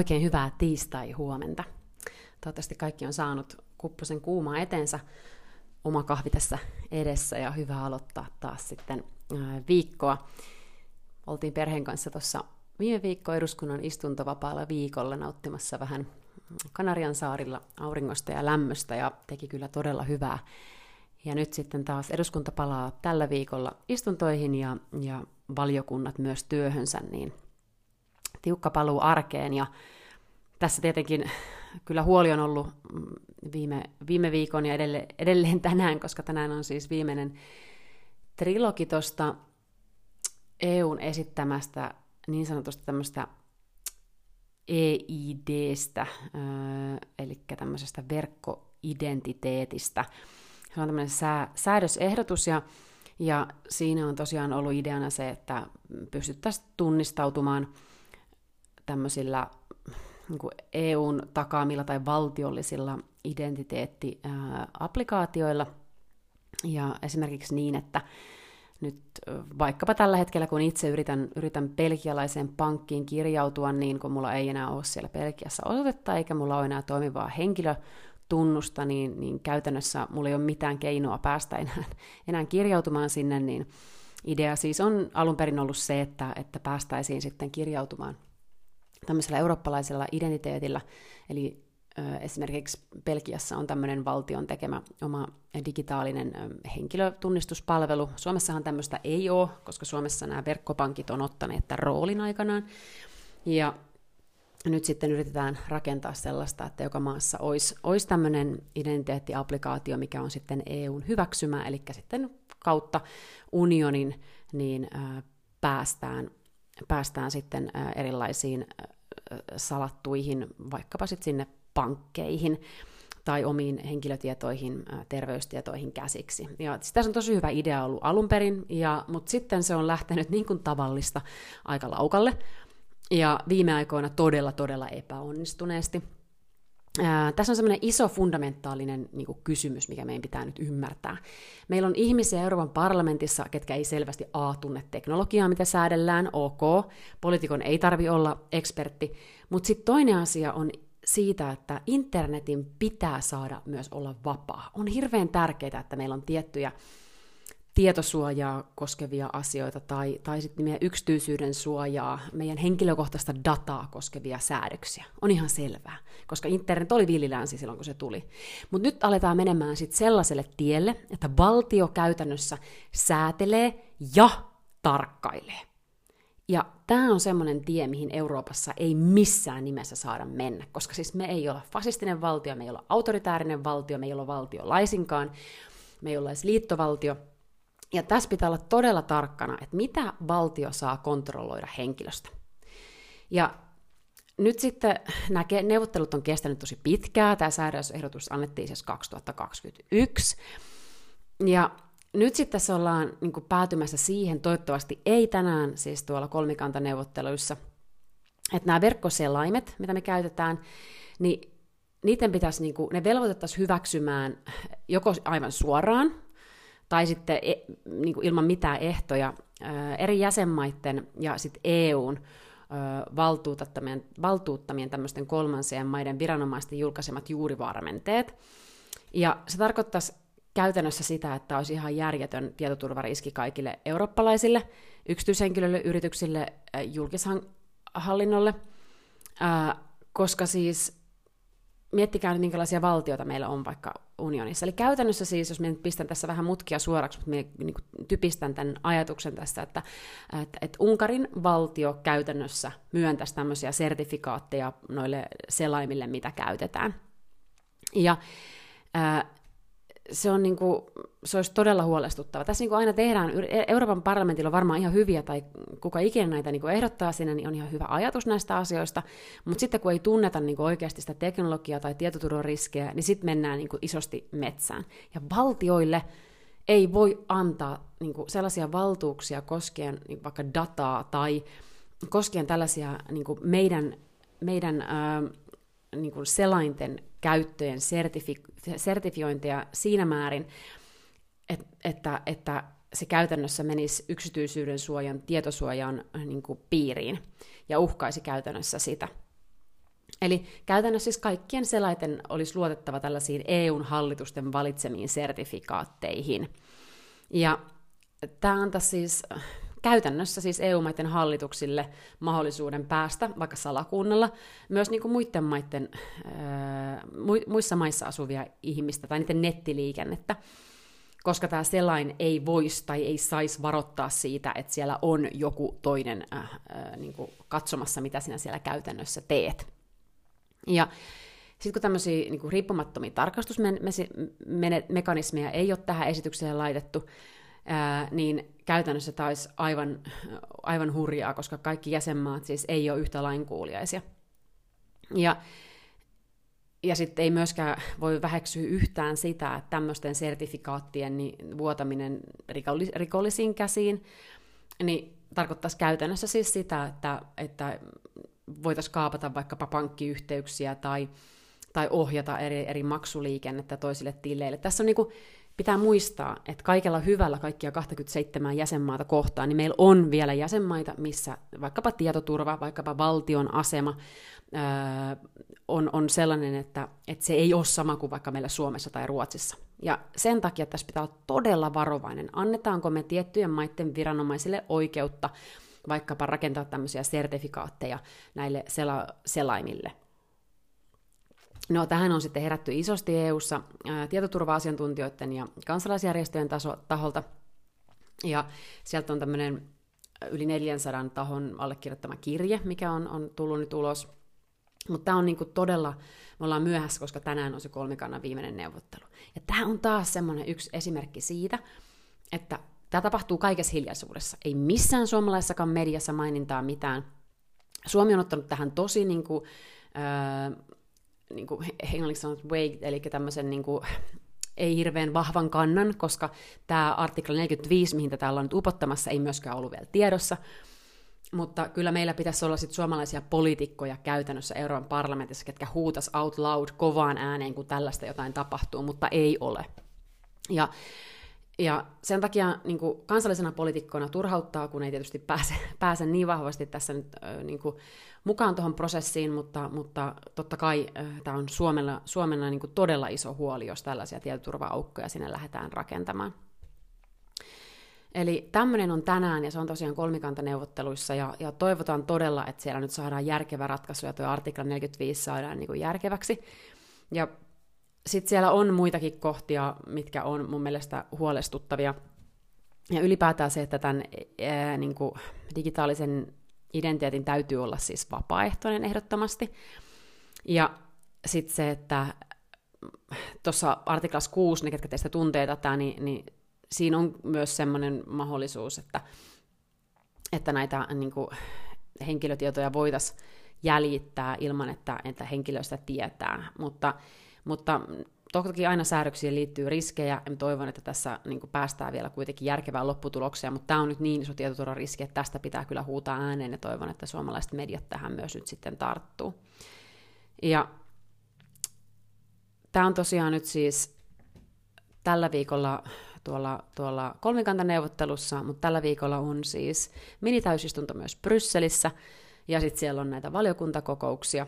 Oikein hyvää tiistai-huomenta. Toivottavasti kaikki on saanut kupposen kuumaa eteensä. Oma kahvi tässä edessä ja hyvä aloittaa taas sitten viikkoa. Oltiin perheen kanssa tuossa viime viikko eduskunnan istuntovapaalla viikolla nauttimassa vähän Kanarian saarilla auringosta ja lämmöstä ja teki kyllä todella hyvää. Ja nyt sitten taas eduskunta palaa tällä viikolla istuntoihin ja valiokunnat myös työhönsä, niin tiukka paluu arkeen. Ja tässä tietenkin kyllä huoli on ollut viime viikon ja edelleen tänään, koska tänään on siis viimeinen trilogi tuosta EUn esittämästä niin sanotusta tämmöistä EIDstä, eli tämmöisestä verkkoidentiteetistä. Se on tämmöinen säädösehdotus, ja siinä on tosiaan ollut ideana se, että pystyttäisiin tunnistautumaan tämmöisillä niin kuin EUn takaamilla tai valtiollisilla identiteettiapplikaatioilla. Ja esimerkiksi niin, että nyt vaikkapa tällä hetkellä, kun itse yritän belgialaiseen pankkiin kirjautua, niin kun mulla ei enää ole siellä Belgiassa osoitetta, eikä mulla ole enää toimivaa henkilötunnusta, niin käytännössä mulla ei ole mitään keinoa päästä enää kirjautumaan sinne, niin idea siis on alun perin ollut se, että päästäisiin sitten kirjautumaan tämmöisellä eurooppalaisella identiteetillä, eli esimerkiksi Belgiassa on tämmöinen valtion tekemä oma digitaalinen henkilötunnistuspalvelu. Suomessahan tämmöistä ei ole, koska Suomessa nämä verkkopankit on ottaneet tämän roolin aikanaan. Ja nyt sitten yritetään rakentaa sellaista, että joka maassa olisi tämmöinen identiteettiapplikaatio, mikä on sitten EUn hyväksymä, eli sitten kautta unionin niin päästään sitten erilaisiin salattuihin, vaikkapa sitten sinne pankkeihin tai omiin henkilötietoihin, terveystietoihin käsiksi. Ja tässä on tosi hyvä idea ollut alun perin, mutta sitten se on lähtenyt niin kuin tavallista aika laukalle, ja viime aikoina todella epäonnistuneesti. Tässä on semmoinen iso fundamentaalinen niin kuin kysymys, mikä meidän pitää nyt ymmärtää. Meillä on ihmisiä Euroopan parlamentissa, ketkä ei selvästi tunne teknologiaa, mitä säädellään, ok, poliitikon ei tarvitse olla ekspertti, mutta sitten toinen asia on siitä, että internetin pitää saada myös olla vapaa. On hirveän tärkeää, että meillä on tiettyjä tietosuojaa koskevia asioita tai sitten meidän yksityisyyden suojaa, meidän henkilökohtaista dataa koskevia säädöksiä. On ihan selvää, koska internet oli villilänsi silloin, kun se tuli. Mutta nyt aletaan menemään sitten sellaiselle tielle, että valtio käytännössä säätelee ja tarkkailee. Ja tämä on semmoinen tie, mihin Euroopassa ei missään nimessä saada mennä, koska siis me ei olla fasistinen valtio, me ei olla autoritäärinen valtio, me ei olla valtio laisinkaan, me ei olla edes liittovaltio. Ja tässä pitää olla todella tarkkana, että mitä valtio saa kontrolloida henkilöstä. Ja nyt sitten nämä neuvottelut on kestänyt tosi pitkään, tämä säädösehdotus annettiin siis 2021, ja nyt sitten tässä ollaan niin kuin päätymässä siihen, toivottavasti ei tänään, siis tuolla kolmikantaneuvotteluissa, että nämä verkkoselaimet, mitä me käytetään, niin niiden pitäisi, niin kuin, ne velvoitettaisiin hyväksymään joko aivan suoraan, tai sitten niin kuin ilman mitään ehtoja eri jäsenmaiden ja sitten EUn valtuuttamien tämmöisten kolmansien maiden viranomaisten julkaisemat juurivarmenteet. Ja se tarkoittaisi käytännössä sitä, että olisi ihan järjetön tietoturvariski kaikille eurooppalaisille, yksityishenkilöille, yrityksille, julkishallinnolle, koska siis miettikää nyt, minkälaisia valtioita meillä on vaikka unionissa. Eli käytännössä siis, jos minä pistän tässä vähän mutkia suoraksi, mutta minä niin kuin typistän tämän ajatuksen tässä, että Unkarin valtio käytännössä myöntäisi tämmöisiä sertifikaatteja noille selaimille, mitä käytetään. Ja se olisi todella huolestuttava. Tässä niin kuin aina tehdään, Euroopan parlamentilla on varmaan ihan hyviä, tai kuka ikinä näitä niin kuin ehdottaa sinne, niin on ihan hyvä ajatus näistä asioista, mutta sitten kun ei tunneta niin kuin oikeasti sitä teknologiaa tai tietoturvariskejä, niin sitten mennään niin kuin isosti metsään. Ja valtioille ei voi antaa niin kuin sellaisia valtuuksia koskien niin vaikka dataa tai koskien tällaisia niin kuin meidän niin kuin selainten käyttöjen sertifiointeja siinä määrin, että se käytännössä menisi yksityisyyden suojan, tietosuojan niin kuin piiriin ja uhkaisi käytännössä sitä. Eli käytännössä siis kaikkien selaiten olisi luotettava tällaisiin EUn hallitusten valitsemiin sertifikaatteihin. Ja tämä antaa siis käytännössä siis EU-maiden hallituksille mahdollisuuden päästä vaikka salakuunnella myös niin kuin muissa maissa asuvia ihmistä tai niiden nettiliikennettä, koska tämä selain ei voisi tai ei saisi varoittaa siitä, että siellä on joku toinen niin kuin katsomassa, mitä sinä siellä käytännössä teet. Ja sitten kun tämmöisiä niin kuin riippumattomia tarkastusmekanismeja ei ole tähän esitykseen laitettu, niin käytännössä tämä olisi aivan hurjaa, koska kaikki jäsenmaat siis ei ole yhtä lainkuuliaisia. Ja sitten ei myöskään voi väheksyä yhtään sitä, että tämmöisten sertifikaattien vuotaminen rikollisiin käsiin, niin tarkoittaisi käytännössä siis sitä, että voitaisiin kaapata vaikkapa pankkiyhteyksiä tai ohjata eri maksuliikennettä toisille tilleille. Tässä on pitää muistaa, että kaikella hyvällä kaikkia 27 jäsenmaata kohtaan, niin meillä on vielä jäsenmaita, missä vaikkapa tietoturva, vaikkapa valtion asema on sellainen, että se ei ole sama kuin vaikka meillä Suomessa tai Ruotsissa. Ja sen takia tässä pitää olla todella varovainen. Annetaanko me tiettyjen maiden viranomaisille oikeutta vaikkapa rakentaa tämmöisiä sertifikaatteja näille selaimille. No, tähän on sitten herätty isosti EU:ssa tietoturva-asiantuntijoiden ja kansalaisjärjestöjen taholta, ja sieltä on tämmöinen yli 400 tahon allekirjoittama kirje, mikä on tullut nyt ulos. Mutta tämä on todella, me ollaan myöhässä, koska tänään on se kolmikannan viimeinen neuvottelu. Ja tämä on taas semmoinen yksi esimerkki siitä, että tämä tapahtuu kaikessa hiljaisuudessa. Ei missään suomalaisessakaan mediassa mainintaa mitään. Suomi on ottanut tähän tosi englanniksi sanot vague, eli tämmöisen ei hirveän vahvan kannan, koska tämä artikla 45, mihin tätä ollaan nyt upottamassa, ei myöskään ollut vielä tiedossa. Mutta kyllä meillä pitäisi olla sit suomalaisia poliitikkoja käytännössä Euroopan parlamentissa, ketkä huutas out loud kovaan ääneen, kun tällaista jotain tapahtuu, mutta ei ole. Ja sen takia kansallisena poliitikkona turhauttaa, kun ei tietysti pääse niin vahvasti tässä nyt mukaan tuohon prosessiin, mutta totta kai tämä on Suomella todella iso huoli, jos tällaisia tietoturva-aukkoja sinne lähdetään rakentamaan. Eli tämmöinen on tänään, ja se on tosiaan kolmikantaneuvotteluissa, ja toivotaan todella, että siellä nyt saadaan järkevä ratkaisu, ja tuo artikla 45 saadaan järkeväksi. Ja sitten siellä on muitakin kohtia, mitkä on mun mielestä huolestuttavia. Ja ylipäätään se, että tämän digitaalisen identiteetin täytyy olla siis vapaaehtoinen ehdottomasti. Ja sitten se, että tuossa artiklassa 6, ne ketkä teistä tuntee tätä, niin siinä on myös semmoinen mahdollisuus, että näitä henkilötietoja voitaisiin jäljittää ilman, että henkilöstä tietää. Mutta toki aina säädöksiin liittyy riskejä, ja toivon, että tässä päästään vielä kuitenkin järkevään lopputulokseen, mutta tämä on nyt niin iso tietoturvariski, että tästä pitää kyllä huutaa ääneen, ja toivon, että suomalaiset mediat tähän myös nyt sitten tarttuu. Ja tämä on tosiaan nyt siis tällä viikolla tuolla kolmikantaneuvottelussa, mutta tällä viikolla on siis minitäysistunto myös Brysselissä, ja sitten siellä on näitä valiokuntakokouksia,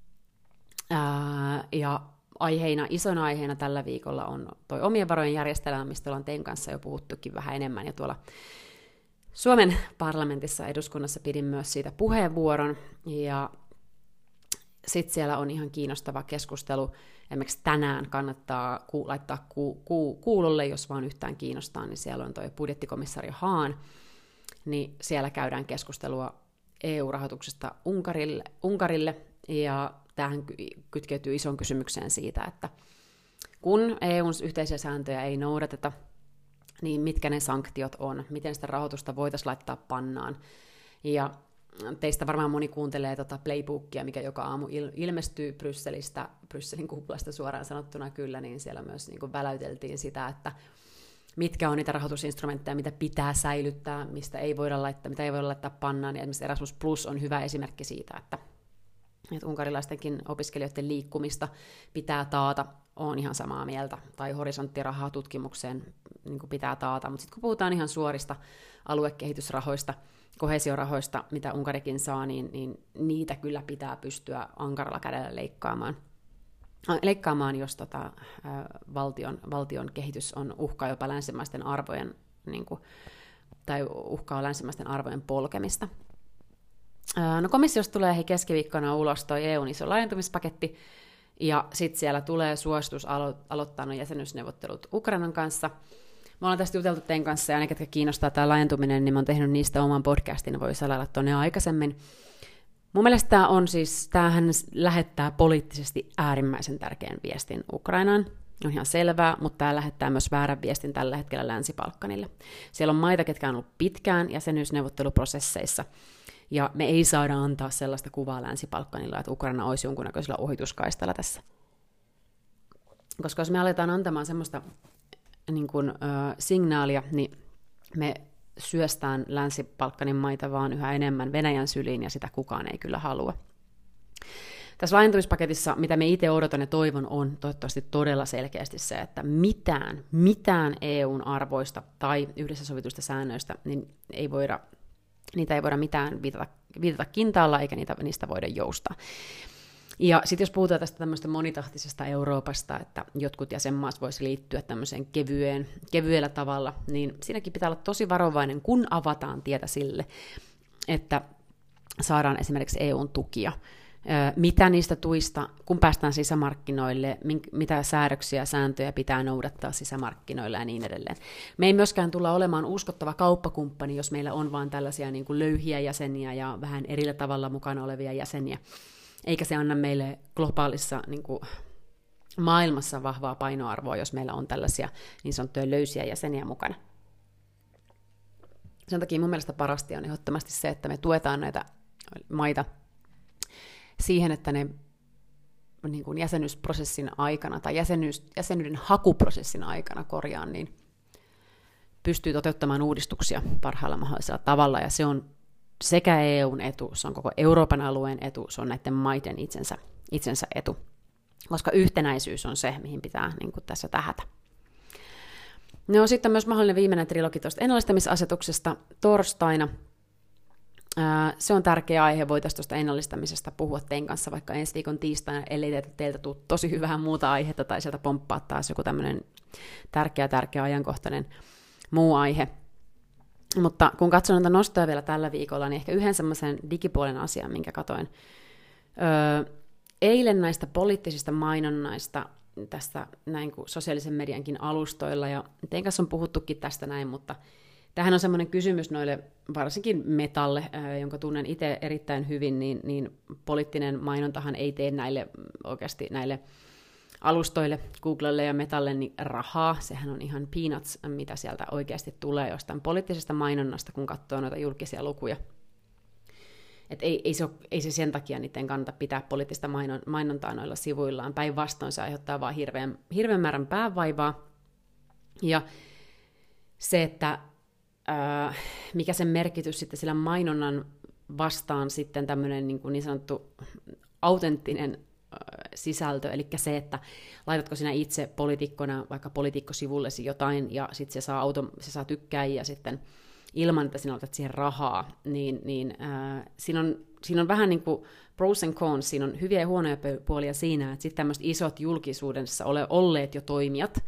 ja isoina aiheena tällä viikolla on toi omien varojen järjestelmä, mistä ollaan teidän kanssa jo puhuttukin vähän enemmän, ja tuolla Suomen parlamentissa eduskunnassa pidin myös siitä puheenvuoron, ja sitten siellä on ihan kiinnostava keskustelu, esimerkiksi tänään kannattaa laittaa kuulolle, jos vaan yhtään kiinnostaa, niin siellä on tuo budjettikomissaari Hahn, niin siellä käydään keskustelua EU-rahoituksesta Unkarille, ja tämähän kytkeytyy ison kysymykseen siitä, että kun EUn yhteisiä sääntöjä ei noudateta, niin mitkä ne sanktiot on, miten sitä rahoitusta voitaisiin laittaa pannaan. Ja teistä varmaan moni kuuntelee playbookia, mikä joka aamu ilmestyy Brysselin kuplasta suoraan sanottuna kyllä, niin siellä myös väläyteltiin sitä, että mitkä on niitä rahoitusinstrumentteja, mitä pitää säilyttää, mistä ei voida laittaa, mitä ei voida laittaa pannaan. Ja esimerkiksi Erasmus Plus on hyvä esimerkki siitä, että unkarilaistenkin opiskelijoiden liikkumista pitää taata olen ihan samaa mieltä, tai horisonttirahaa tutkimukseen niin kuin pitää taata, mutta sitten kun puhutaan ihan suorista aluekehitysrahoista, koheesiorahoista, mitä Unkarikin saa, niin niitä kyllä pitää pystyä ankaralla kädellä leikkaamaan, jos valtion kehitys on uhkaa jopa länsimaisten arvojen, niin kuin, tai uhkaa länsimaisten arvojen polkemista. No komissiosta tulee keskiviikkona ulos toi EUn iso laajentumispaketti, ja sitten siellä tulee suositus aloittaa jäsenyysneuvottelut Ukrainan kanssa. Me ollaan tästä juteltu teidän kanssa, ja ne, ketkä kiinnostaa tämä laajentuminen, niin mä oon tehnyt niistä oman podcastin, voi salailla tuonne aikaisemmin. Mun mielestä tämähän lähettää poliittisesti äärimmäisen tärkeän viestin Ukrainaan. On ihan selvää, mutta tämä lähettää myös väärän viestin tällä hetkellä Länsi-Balkanille. Siellä on maita, ketkä on ollut pitkään jäsenyysneuvotteluprosesseissa, ja me ei saada antaa sellaista kuvaa Länsi-Balkanilla, että Ukraina olisi jonkunnäköisellä ohituskaistalla tässä. Koska jos me aletaan antamaan semmoista niin kuin, signaalia, niin me syöstään Länsi-Balkanin maita vaan yhä enemmän Venäjän syliin, ja sitä kukaan ei kyllä halua. Tässä laajentumispaketissa, mitä me itse odotan ja toivon, on toivottavasti todella selkeästi se, että mitään EUn arvoista tai yhdessä sovituista säännöistä, niin niitä ei voida mitään viitata kintaalla, eikä niistä voida joustaa. Ja sitten jos puhutaan tästä tämmöistä monitahtisesta Euroopasta, että jotkut jäsenmaat voisi liittyä tämmöiseen kevyellä tavalla, niin siinäkin pitää olla tosi varovainen, kun avataan tietä sille, että saadaan esimerkiksi EUn tukia. Mitä niistä tuista, kun päästään sisämarkkinoille, mitä säädöksiä ja sääntöjä pitää noudattaa sisämarkkinoilla ja niin edelleen. Me ei myöskään tulla olemaan uskottava kauppakumppani, jos meillä on vain tällaisia niin kuin löyhiä jäseniä ja vähän erillä tavalla mukana olevia jäseniä, eikä se anna meille globaalissa niin kuin maailmassa vahvaa painoarvoa, jos meillä on tällaisia niin sanottuja löysiä jäseniä mukana. Sen takia mun mielestä parasti on ehdottomasti se, että me tuetaan näitä maita siihen, että ne niin kuin jäsenyysprosessin aikana tai jäsenyyden hakuprosessin aikana niin pystyy toteuttamaan uudistuksia parhaalla mahdollisella tavalla, ja se on sekä EUn etu, se on koko Euroopan alueen etu, se on näiden maiden itsensä etu, koska yhtenäisyys on se, mihin pitää niin kuin tässä tähätä. No sitten myös mahdollinen viimeinen trilogi tuosta ennallistamisasetuksesta torstaina. Se on tärkeä aihe, voitaisiin tuosta ennallistamisesta puhua teidän kanssa vaikka ensi viikon tiistaina, ellei teiltä tule tosi hyvää muuta aihetta tai sieltä pomppaa taas joku tämmöinen tärkeä ajankohtainen muu aihe. Mutta kun katson näitä nostoja vielä tällä viikolla, niin ehkä yhden semmoisen digipuolen asian, minkä katoin. Eilen näistä poliittisista mainonnaista tässä näin kuin sosiaalisen mediankin alustoilla, ja teidän kanssa on puhuttukin tästä näin, mutta tämähän on semmoinen kysymys noille, varsinkin Metalle, jonka tunnen itse erittäin hyvin, niin poliittinen mainontahan ei tee oikeasti näille alustoille, Googlelle ja Metalle, niin rahaa. Sehän on ihan peanuts, mitä sieltä oikeasti tulee jostain poliittisesta mainonnasta, kun katsoo noita julkisia lukuja. Et ei se sen takia niiden kannata pitää poliittista mainontaa noilla sivuillaan. Päinvastoin se aiheuttaa vaan hirveän määrän päävaivaa. Ja se, että mikä sen merkitys sitten sillä mainonnan vastaan sitten tämmöinen niin sanottu autenttinen sisältö, eli se, että laitatko sinä itse poliitikkona vaikka poliitikkosivullesi jotain, ja sitten se saa tykkääjiä sitten ilman, että sinä otat siihen rahaa, niin siinä on vähän niin kuin pros and cons, siinä on hyviä ja huonoja puolia siinä, että sitten tämmöiset isot julkisuudessa olleet jo toimijat,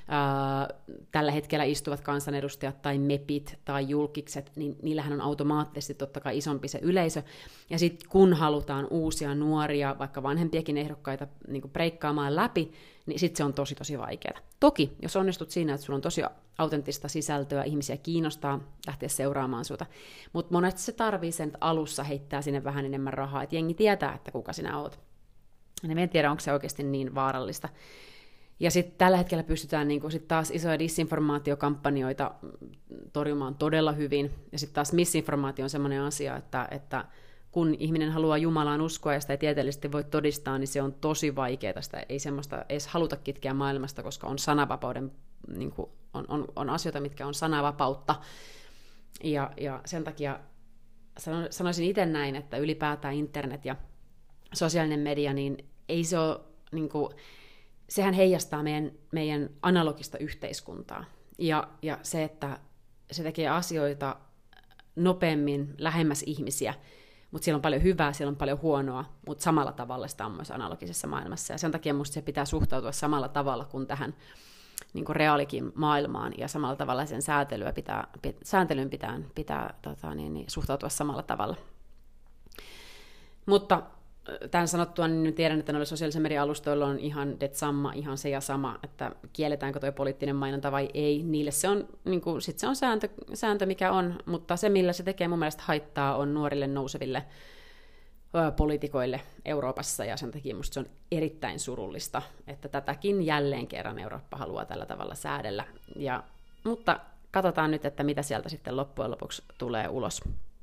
tällä hetkellä istuvat kansanedustajat tai mepit tai julkikset, niin niillähän on automaattisesti totta kai isompi se yleisö. Ja sitten kun halutaan uusia nuoria, vaikka vanhempiakin ehdokkaita niin kuin breikkaamaan läpi, niin sitten se on tosi vaikeaa. Toki, jos onnistut siinä, että sulla on tosi autenttista sisältöä, ihmisiä kiinnostaa lähteä seuraamaan sinulta, mutta monesti se tarvii sen, että alussa heittää sinne vähän enemmän rahaa, että jengi tietää, että kuka sinä oot. Ja me en tiedä, onko se oikeasti niin vaarallista. Ja sitten tällä hetkellä pystytään niinku sit taas isoja disinformaatiokampanjoita torjumaan todella hyvin. Ja sitten taas misinformaatio on sellainen asia, että kun ihminen haluaa Jumalaan uskoa ja sitä ei tieteellisesti voi todistaa, niin se on tosi vaikeaa. Sitä ei semmoista edes haluta kitkeä maailmasta, koska on sananvapauden, niinku, on asioita, mitkä on sananvapautta. Ja sen takia sanoisin itse näin, että ylipäätään internet ja sosiaalinen media, niin ei se ole niinku, sehän heijastaa meidän analogista yhteiskuntaa. Ja se, että se tekee asioita nopeammin, lähemmäs ihmisiä, mutta siellä on paljon hyvää, siellä on paljon huonoa, mutta samalla tavalla sitä on myös analogisessa maailmassa. Ja sen takia musta se pitää suhtautua samalla tavalla kuin tähän niin kuin reaalikin maailmaan, ja samalla tavalla sen sääntelyyn pitää suhtautua samalla tavalla. Mutta tämän sanottua, niin tiedän, että noilla sosiaalisen median alustoilla on ihan detsamma, ihan se ja sama, että kielletäänkö tuo poliittinen mainonta vai ei. Niille se on, niin kuin, sit se on sääntö, mikä on, mutta se, millä se tekee mun mielestä haittaa, on nuorille nouseville poliitikoille Euroopassa, ja sen takia musta se on erittäin surullista, että tätäkin jälleen kerran Eurooppa haluaa tällä tavalla säädellä. Mutta katsotaan nyt, että mitä sieltä sitten loppujen lopuksi tulee ulos.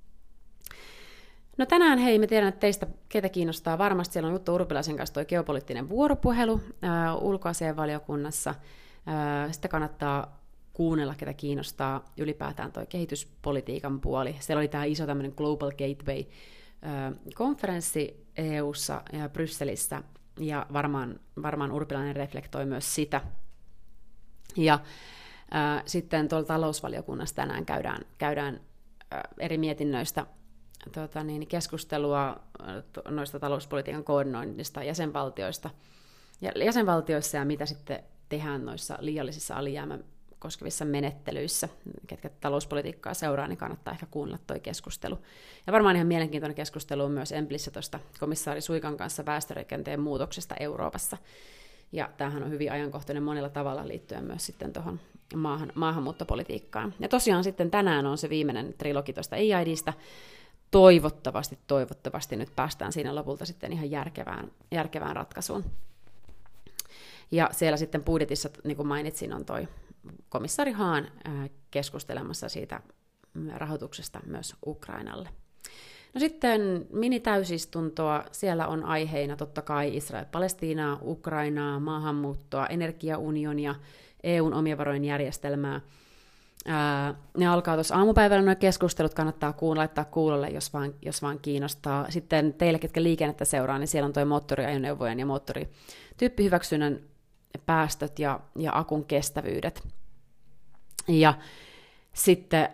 No tänään, hei, me tiedän, että teistä ketä kiinnostaa varmasti, siellä on Jutta Urpilaisen kanssa tuo geopoliittinen vuoropuhelu ulkoasiainvaliokunnassa. Sitä kannattaa kuunnella, ketä kiinnostaa ylipäätään tuo kehityspolitiikan puoli. Siellä oli tämä iso tämmöinen Global Gateway-konferenssi EU:ssa ja Brysselissä, ja varmaan Urpilainen reflektoi myös sitä. Ja sitten tuolla talousvaliokunnassa tänään käydään eri mietinnöistä keskustelua noista talouspolitiikan koordinoinnista jäsenvaltioissa ja mitä sitten tehdään noissa liiallisissa alijäämä koskevissa menettelyissä. Ketkä talouspolitiikkaa seuraa, niin kannattaa ehkä kuunnella toi keskustelu. Ja varmaan ihan mielenkiintoinen keskustelu on myös Emplissä tuosta komissaari Suikan kanssa väestörakenteen muutoksesta Euroopassa. Ja tämähän on hyvin ajankohtainen monella tavalla liittyen myös sitten tuohon maahanmuuttopolitiikkaan. Ja tosiaan sitten tänään on se viimeinen trilogi tuosta EIDistä. Toivottavasti nyt päästään siinä lopulta sitten ihan järkevään ratkaisuun. Ja siellä sitten budjetissa, niin kuin mainitsin, on toi komissaari Hahn keskustelemassa siitä rahoituksesta myös Ukrainalle. No sitten mini-täysistuntoa, siellä on aiheina totta kai Israel-Palestiinaa, Ukrainaa, maahanmuuttoa, energiaunionia, EUn omien varojen järjestelmää. Ne alkaa tuossa aamupäivällä nuo keskustelut, kannattaa laittaa kuulolle, jos vaan kiinnostaa. Sitten teille, ketkä liikennettä seuraa, niin siellä on tuo moottoriajoneuvojen ja moottorityyppihyväksynnän päästöt ja akun kestävyydet. Ja sitten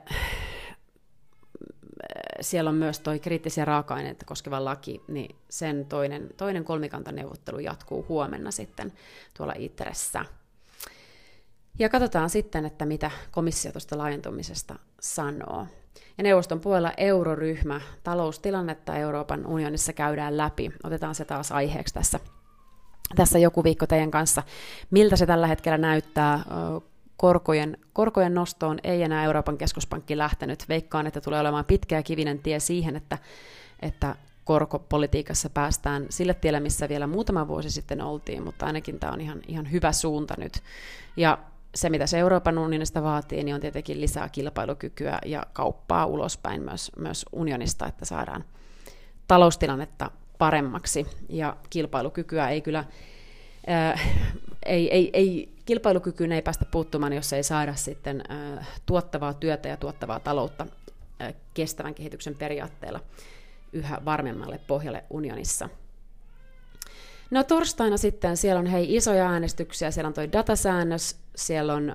siellä on myös tuo kriittisiä raaka-aineita koskeva laki, niin sen toinen kolmikantaneuvottelu jatkuu huomenna sitten tuolla ITERessä. Ja katsotaan sitten, että mitä komissio tuosta laajentumisesta sanoo. Ja neuvoston puolella euroryhmä, taloustilannetta Euroopan unionissa käydään läpi. Otetaan se taas aiheeksi tässä joku viikko teidän kanssa. Miltä se tällä hetkellä näyttää? Korkojen nostoon ei enää Euroopan keskuspankki lähtenyt. Veikkaan, että tulee olemaan pitkä ja kivinen tie siihen, että korkopolitiikassa päästään sille tielle, missä vielä muutama vuosi sitten oltiin, mutta ainakin tämä on ihan hyvä suunta nyt. Ja se, mitä se Euroopan unionista vaatii, niin on tietenkin lisää kilpailukykyä ja kauppaa ulospäin myös unionista, että saadaan taloustilannetta paremmaksi. Ja kilpailukykyä ei kyllä, kilpailukykyyn ei päästä puuttumaan, jos ei saada sitten tuottavaa työtä ja tuottavaa taloutta kestävän kehityksen periaatteella yhä varmemmalle pohjalle unionissa. No torstaina sitten siellä on isoja äänestyksiä, siellä on toi datasäännös, siellä on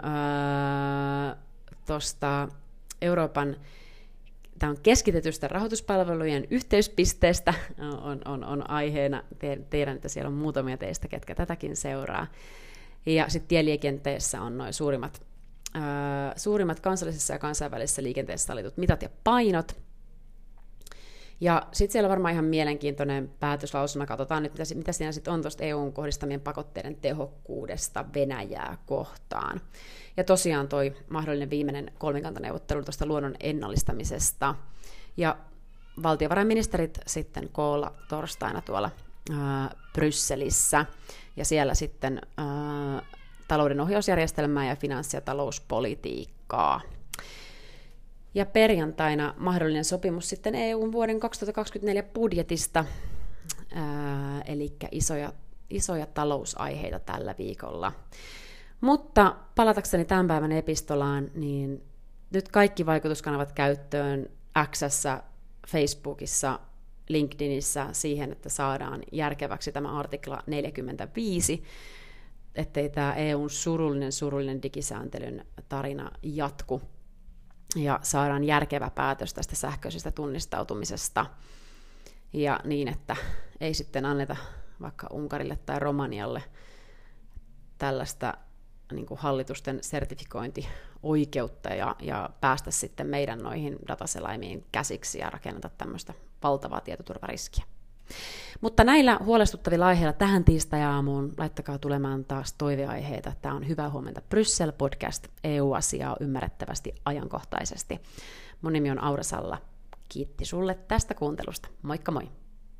tuosta Euroopan, tämä on keskitetystä rahoituspalvelujen yhteyspisteestä on aiheena, tiedän, että siellä on muutamia teistä, ketkä tätäkin seuraa. Ja sitten tieliikenteessä on noin suurimmat kansallisessa ja kansainvälisessä liikenteessä sallitut mitat ja painot. Ja sitten siellä on varmaan ihan mielenkiintoinen päätöslausuma. Katsotaan nyt, mitä siinä sitten on tuosta EUn kohdistamien pakotteiden tehokkuudesta Venäjää kohtaan. Ja tosiaan toi mahdollinen viimeinen kolmikantaneuvottelu tuosta luonnon ennallistamisesta. Ja valtiovarainministerit sitten koolla torstaina tuolla Brysselissä. Ja siellä sitten talouden ohjausjärjestelmää ja finanssi- ja talouspolitiikkaa. Ja perjantaina mahdollinen sopimus sitten EUn vuoden 2024 budjetista, eli isoja talousaiheita tällä viikolla. Mutta palatakseni tämän päivän epistolaan, niin nyt kaikki vaikutuskanavat käyttöön X:ssä, Facebookissa, LinkedInissä siihen, että saadaan järkeväksi tämä artikla 45. ettei tämä EUn surullinen digisääntelyn tarina jatku ja saadaan järkevä päätös tästä sähköisestä tunnistautumisesta ja niin, että ei sitten anneta vaikka Unkarille tai Romanialle tällaista niin kuin hallitusten sertifikointioikeutta ja päästä sitten meidän noihin dataselaimiin käsiksi ja rakenneta tämmöistä valtavaa tietoturvariskiä. Mutta näillä huolestuttavilla aiheilla tähän tiistai-aamuun laittakaa tulemaan taas toiveaiheita. Tämä on Hyvää huomenta Bryssel podcast, EU-asiaa ymmärrettävästi ajankohtaisesti. Mun nimi on Aura Salla. Kiitti sulle tästä kuuntelusta. Moikka moi!